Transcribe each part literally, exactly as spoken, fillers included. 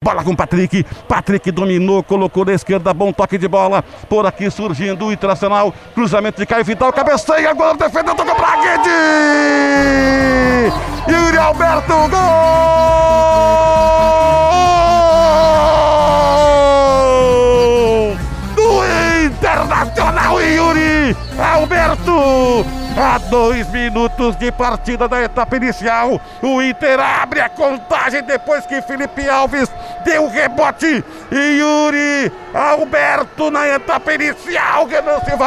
Bola com Patrick, Patrick dominou, colocou na esquerda, bom toque de bola, por aqui surgindo o Internacional, cruzamento de Caio Vidal, cabeceia, agora defendeu, tocou pra rede, Yuri Alberto, gol do Internacional, Yuri Alberto. A dois minutos de partida da etapa inicial, o Inter abre a contagem depois que Felipe Alves deu rebote e Yuri Alberto na etapa inicial, Renan Silva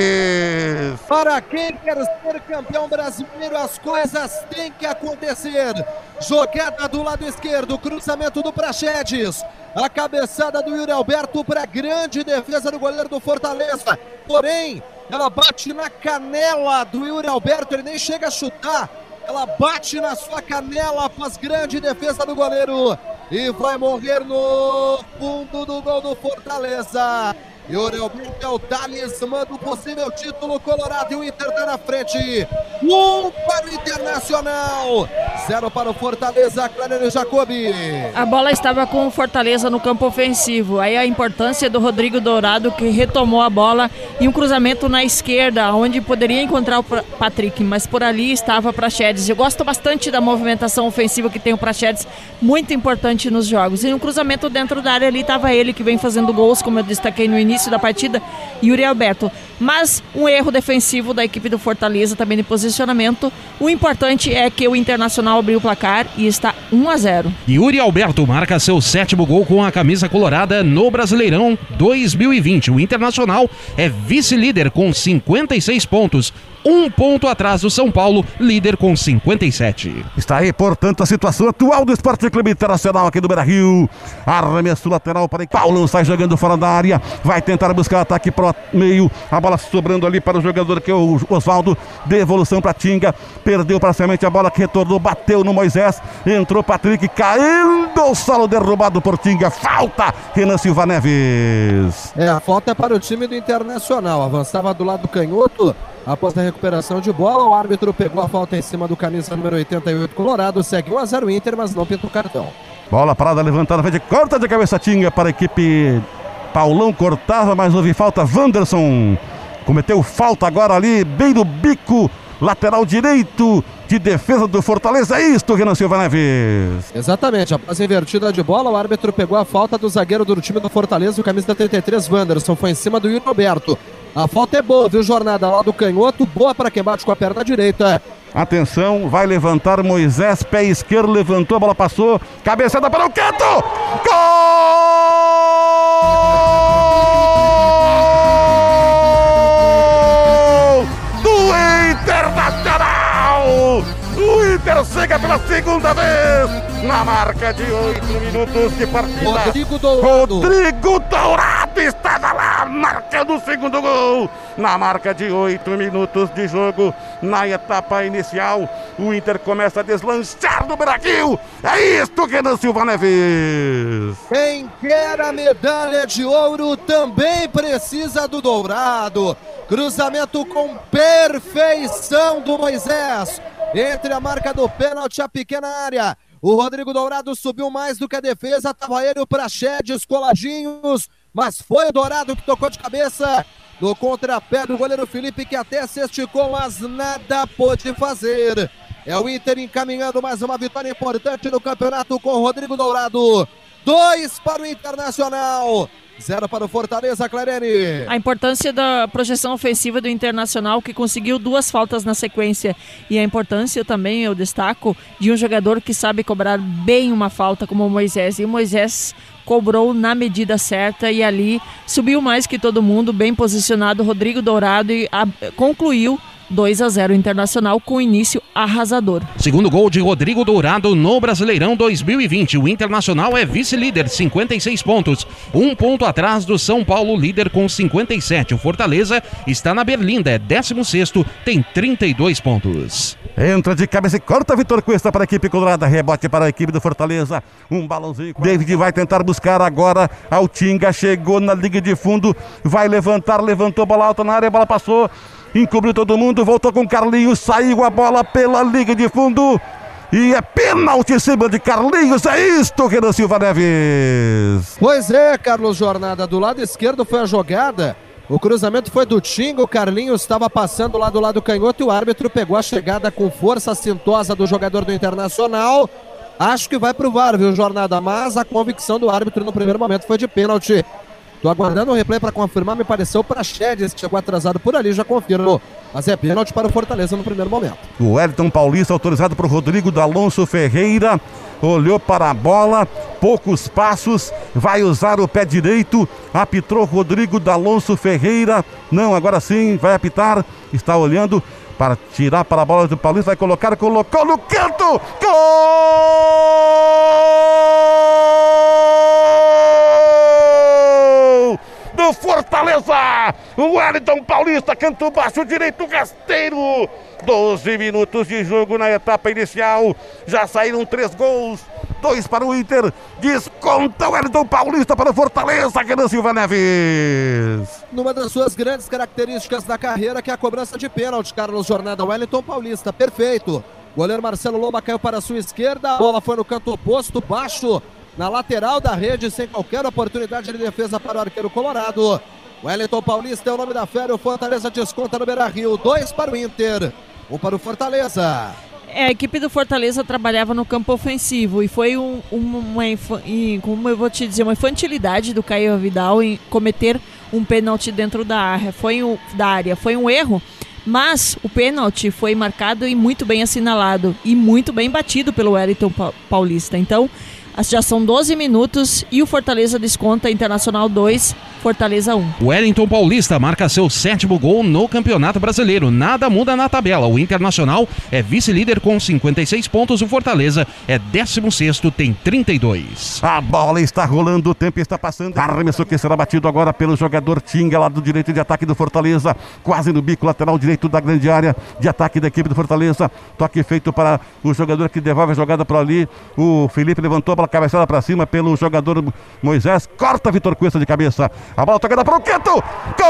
Neves. Para quem quer ser campeão brasileiro, as coisas têm que acontecer. Jogada do lado esquerdo, cruzamento do Praxedes, a cabeçada do Yuri Alberto para a grande defesa do goleiro do Fortaleza, porém ela bate na canela do Yuri Alberto, ele nem chega a chutar, ela bate na sua canela após grande defesa do goleiro e vai morrer no fundo do gol do Fortaleza. Yuri Alberto é o talismã do possível título colorado e o Inter está na frente. Um para o Internacional, zero para o Fortaleza, Clariane Jacobi. A bola estava com o Fortaleza no campo ofensivo, aí a importância do Rodrigo Dourado, que retomou a bola e um cruzamento na esquerda, onde poderia encontrar o Patrick, mas por ali estava Praxedes. Eu gosto bastante da movimentação ofensiva que tem o Praxedes, muito importante nos jogos. E um cruzamento dentro da área ali estava ele, que vem fazendo gols, como eu destaquei no início da partida, Yuri Alberto. Mas um erro defensivo da equipe do Fortaleza também de posicionamento. O importante é que o Internacional abriu o placar e está um a zero. Yuri Alberto marca seu sétimo gol com a camisa colorada no Brasileirão dois mil e vinte. O Internacional é vice-líder com cinquenta e seis pontos. Um ponto atrás do São Paulo, líder com cinquenta e sete. Está aí, portanto, a situação atual do Esporte Clube Internacional aqui do Beira-Rio. Arremesso lateral para Paulão, sai jogando fora da área, vai tentar buscar ataque para o meio, a bola sobrando ali para o jogador que é o Oswaldo, devolução para Tinga, perdeu parcialmente a bola que retornou, bateu no Moisés, entrou Patrick, caindo o solo, derrubado por Tinga, falta, Renan Silva Neves. É, a falta é para o time do Internacional, avançava do lado canhoto. Após a recuperação de bola, o árbitro pegou a falta em cima do camisa número oitenta e oito Colorado, segue um a zero Inter, mas não pinta o cartão. Bola parada, levantada, frente, corta de cabeça Tinga para a equipe. Paulão cortava, mas houve falta. Wanderson cometeu falta agora ali, bem no bico, lateral direito de defesa do Fortaleza. É isto, Renan Silva Neves. Exatamente, após a invertida de bola, o árbitro pegou a falta do zagueiro do time do Fortaleza, o camisa trinta e três Wanderson, foi em cima do Yuri Alberto. A falta é boa, viu, Jornada? Lá do canhoto, boa para quem bate com a perna direita. Atenção, vai levantar Moisés, pé esquerdo, levantou, a bola passou, cabeçada para o canto! Gol do Internacional! O Inter chega pela segunda vez na marca de oito minutos de partida. Rodrigo Dourado. Rodrigo Dourado estava lá marcando o segundo gol. Na marca de oito minutos de jogo, na etapa inicial, o Inter começa a deslanchar no Brasil. É isto, Renan Silva Neves. Quem quer a medalha de ouro também precisa do Dourado. Cruzamento com perfeição do Moisés. Entre a marca do pênalti e a pequena área. O Rodrigo Dourado subiu mais do que a defesa. Tava ele, o Praxedes, coladinhos. Mas foi o Dourado que tocou de cabeça no contrapé do goleiro Felipe, que até se esticou, mas nada pôde fazer. É o Inter encaminhando mais uma vitória importante no campeonato com o Rodrigo Dourado. Dois para o Internacional, zero para o Fortaleza, Clariane. A importância da projeção ofensiva do Internacional, que conseguiu duas faltas na sequência. E a importância também, eu destaco, de um jogador que sabe cobrar bem uma falta, como o Moisés. E o Moisés cobrou na medida certa e ali subiu mais que todo mundo, bem posicionado, Rodrigo Dourado, e a, concluiu dois a zero Internacional com início arrasador. Segundo gol de Rodrigo Dourado no Brasileirão dois mil e vinte. O Internacional é vice-líder, cinquenta e seis pontos. Um ponto atrás do São Paulo, líder com cinquenta e sete. O Fortaleza está na Berlinda, é décimo sexto, tem trinta e dois pontos. Entra de cabeça e corta Vitor Cuesta para a equipe colorada. Rebote para a equipe do Fortaleza. Um balãozinho. David vai tentar buscar agora. Altinga chegou na liga de fundo. Vai levantar, levantou, bola alta na área, a bola passou. Encobriu todo mundo, voltou com Carlinhos, saiu a bola pela liga de fundo. E é pênalti em cima de Carlinhos. É isto, Renan Silva Neves. Pois é, Carlos Jornada. Do lado esquerdo foi a jogada. O cruzamento foi do Tinga. O Carlinhos estava passando lá do lado canhoto e o árbitro pegou a chegada com força cintosa do jogador do Internacional. Acho que vai pro V A R, viu, Jornada? Mas a convicção do árbitro no primeiro momento foi de pênalti. Tô aguardando o replay para confirmar, me pareceu para Chedes, que chegou atrasado por ali, já confirmou. Mas é pênalti para o Fortaleza no primeiro momento. O Wellington Paulista, autorizado por Rodrigo D'Alonso Ferreira, olhou para a bola, poucos passos, vai usar o pé direito, apitou Rodrigo D'Alonso Ferreira, não, agora sim, vai apitar, está olhando para tirar para a bola do Paulista, vai colocar, colocou no canto, gol do Fortaleza, o Wellington Paulista, canto baixo direito, rasteiro, doze minutos de jogo na etapa inicial, já saíram três gols, dois para o Inter, desconta o Wellington Paulista para o Fortaleza, Renan Silva Neves. Numa das suas grandes características da carreira, que é a cobrança de pênalti, Carlos Jornada, Wellington Paulista, perfeito. Goleiro Marcelo Lomba caiu para a sua esquerda, a bola foi no canto oposto, baixo, na lateral da rede, sem qualquer oportunidade de defesa para o arqueiro colorado. Wellington Paulista é o nome da fera, o Fortaleza desconta no Beira-Rio, dois para o Inter, um para o Fortaleza. É, a equipe do Fortaleza trabalhava no campo ofensivo e foi um, uma, uma, como eu vou te dizer, uma infantilidade do Caio Vidal em cometer um pênalti dentro da área. Foi um, da área. Foi um erro, mas o pênalti foi marcado e muito bem assinalado e muito bem batido pelo Wellington Paulista. Então, já são doze minutos e o Fortaleza desconta Internacional dois, Fortaleza um. Wellington Paulista marca seu sétimo gol no Campeonato Brasileiro. Nada muda na tabela. O Internacional é vice-líder com cinquenta e seis pontos. O Fortaleza é décimo sexto, tem trinta e dois. A bola está rolando, o tempo está passando. Arremessou que será batido agora pelo jogador Tinga, lá do direito de ataque do Fortaleza. Quase no bico lateral direito da grande área de ataque da equipe do Fortaleza. Toque feito para o jogador que devolve a jogada para ali. O Felipe levantou a bola cabeçada para cima pelo jogador Moisés. Corta Vitor Cuesta de cabeça. A bola tocada para o Queto. Gol!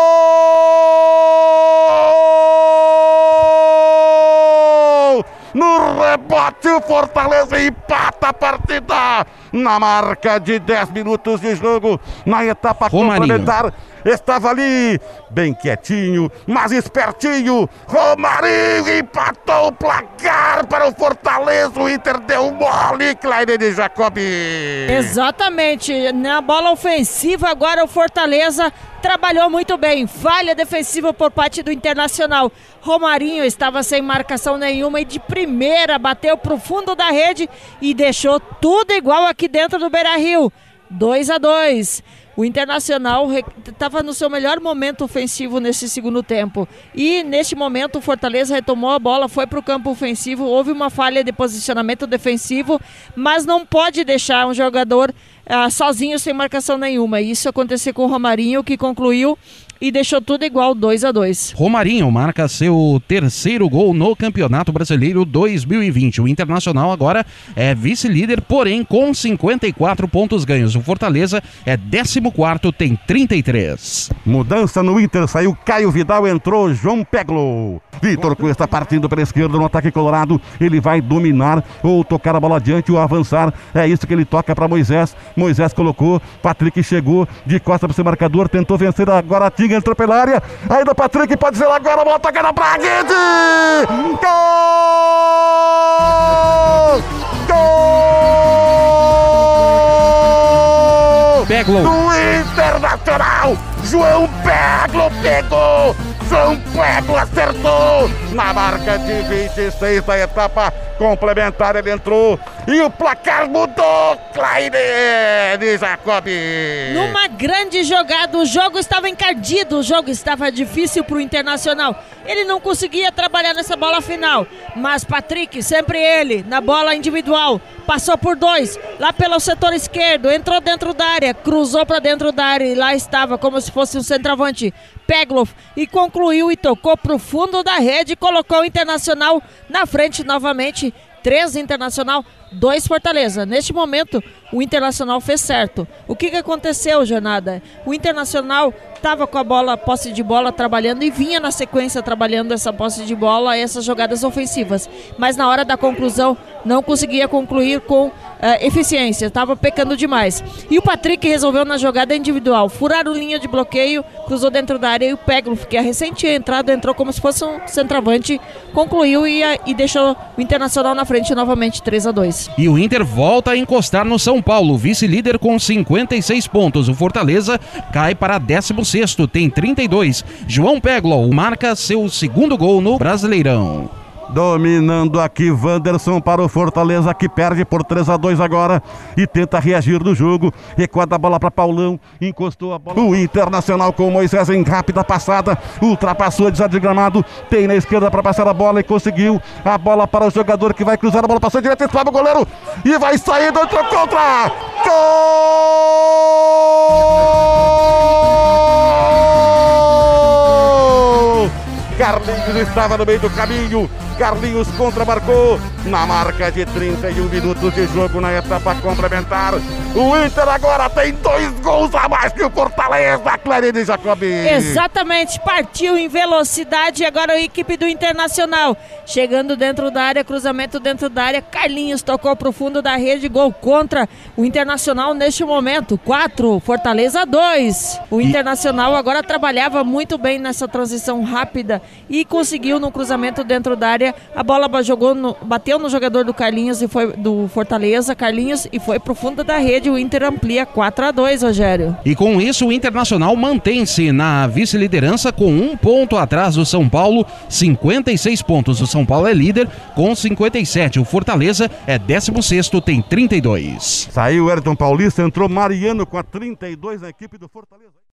No rebote, o Fortaleza empata a partida na marca de dez minutos de jogo na etapa complementar. Estava ali, bem quietinho, mas espertinho. Romarinho empatou o placar para o Fortaleza. O Inter deu mole, Claire Jacob. Exatamente, na bola ofensiva agora o Fortaleza trabalhou muito bem. Falha defensiva por parte do Internacional. Romarinho estava sem marcação nenhuma e de primeira bateu para o fundo da rede e deixou tudo igual aqui dentro do Beira-Rio. dois a dois. O Internacional estava no seu melhor momento ofensivo nesse segundo tempo. E neste momento o Fortaleza retomou a bola, foi para o campo ofensivo. Houve uma falha de posicionamento defensivo, mas não pode deixar um jogador uh, sozinho sem marcação nenhuma. Isso aconteceu com o Romarinho, que concluiu e deixou tudo igual, dois a dois. Romarinho marca seu terceiro gol no Campeonato Brasileiro dois mil e vinte. O Internacional agora é vice-líder, porém com cinquenta e quatro pontos ganhos. O Fortaleza é décimo quarto, tem trinta e três. Mudança no Inter, saiu Caio Vidal, entrou João Peglo. Vitor Cuesta partindo pela esquerda no ataque colorado. Ele vai dominar ou tocar a bola adiante ou avançar. É isso que ele toca para Moisés. Moisés colocou, Patrick chegou de costa para seu marcador, tentou vencer agora a Tinga, entrou pela área. Ainda o Patrick pode ser agora, a bola tocada para a rede. Gol! Gol! Peglo. Do Internacional, João Peglo pegou. João Peglo acertou na marca de vinte e seis da etapa complementar. Ele entrou e o placar mudou. Claire Jacob. Numa grande jogada, o jogo estava encardido, o jogo estava difícil para o Internacional. Ele não conseguia trabalhar nessa bola final, mas Patrick, sempre ele, na bola individual, passou por dois, lá pelo setor esquerdo, entrou dentro da área, cruzou para dentro da área e lá estava como se fosse um centroavante, Peglo, e concluiu e tocou para o fundo da rede, colocou o Internacional na frente novamente. três Internacional, dois Fortaleza. Neste momento, o Internacional fez certo. O que, que aconteceu, Jornada? O Internacional estava com a bola, posse de bola, trabalhando e vinha na sequência trabalhando essa posse de bola, essas jogadas ofensivas. Mas na hora da conclusão, não conseguia concluir com uh, eficiência, estava pecando demais. E o Patrick resolveu na jogada individual, furar o linha de bloqueio, cruzou dentro da área e o Peglo, que a recente tinha entrado, entrou como se fosse um centroavante, concluiu e, e deixou o Internacional na frente novamente, três a dois. E o Inter volta a encostar no São Paulo, vice-líder com cinquenta e seis pontos. O Fortaleza cai para décimo sexto, tem trinta e dois. João Peglo marca seu segundo gol no Brasileirão. Dominando aqui Wanderson para o Fortaleza, que perde por três a dois agora e tenta reagir no jogo. Recuada a bola para Paulão, encostou a bola. O Internacional com o Moisés em rápida passada, ultrapassou a desagramado, tem na esquerda para passar a bola e conseguiu a bola para o jogador que vai cruzar a bola, passou direto para o goleiro e vai sair do outro contra. Gol! Carlinhos estava no meio do caminho. Carlinhos contra-marcou na marca de trinta e um minutos de jogo na etapa complementar. O Inter agora tem dois gols a mais que o Fortaleza, Clarine Jacobi. Exatamente, partiu em velocidade agora a equipe do Internacional. Chegando dentro da área, cruzamento dentro da área, Carlinhos tocou para o fundo da rede, gol contra o Internacional neste momento. quatro, Fortaleza dois. O Internacional agora trabalhava muito bem nessa transição rápida e conseguiu no cruzamento dentro da área. A bola jogou no, bateu no jogador do Carlinhos e foi do Fortaleza, Carlinhos, e foi pro fundo da rede. O Inter amplia quatro a dois, Rogério. E com isso o Internacional mantém-se na vice-liderança com um ponto atrás do São Paulo, cinquenta e seis pontos. O São Paulo é líder com cinquenta e sete. O Fortaleza é décimo sexto, tem trinta e dois. Saiu o Ayrton Paulista, entrou Mariano com a trinta e dois na equipe do Fortaleza.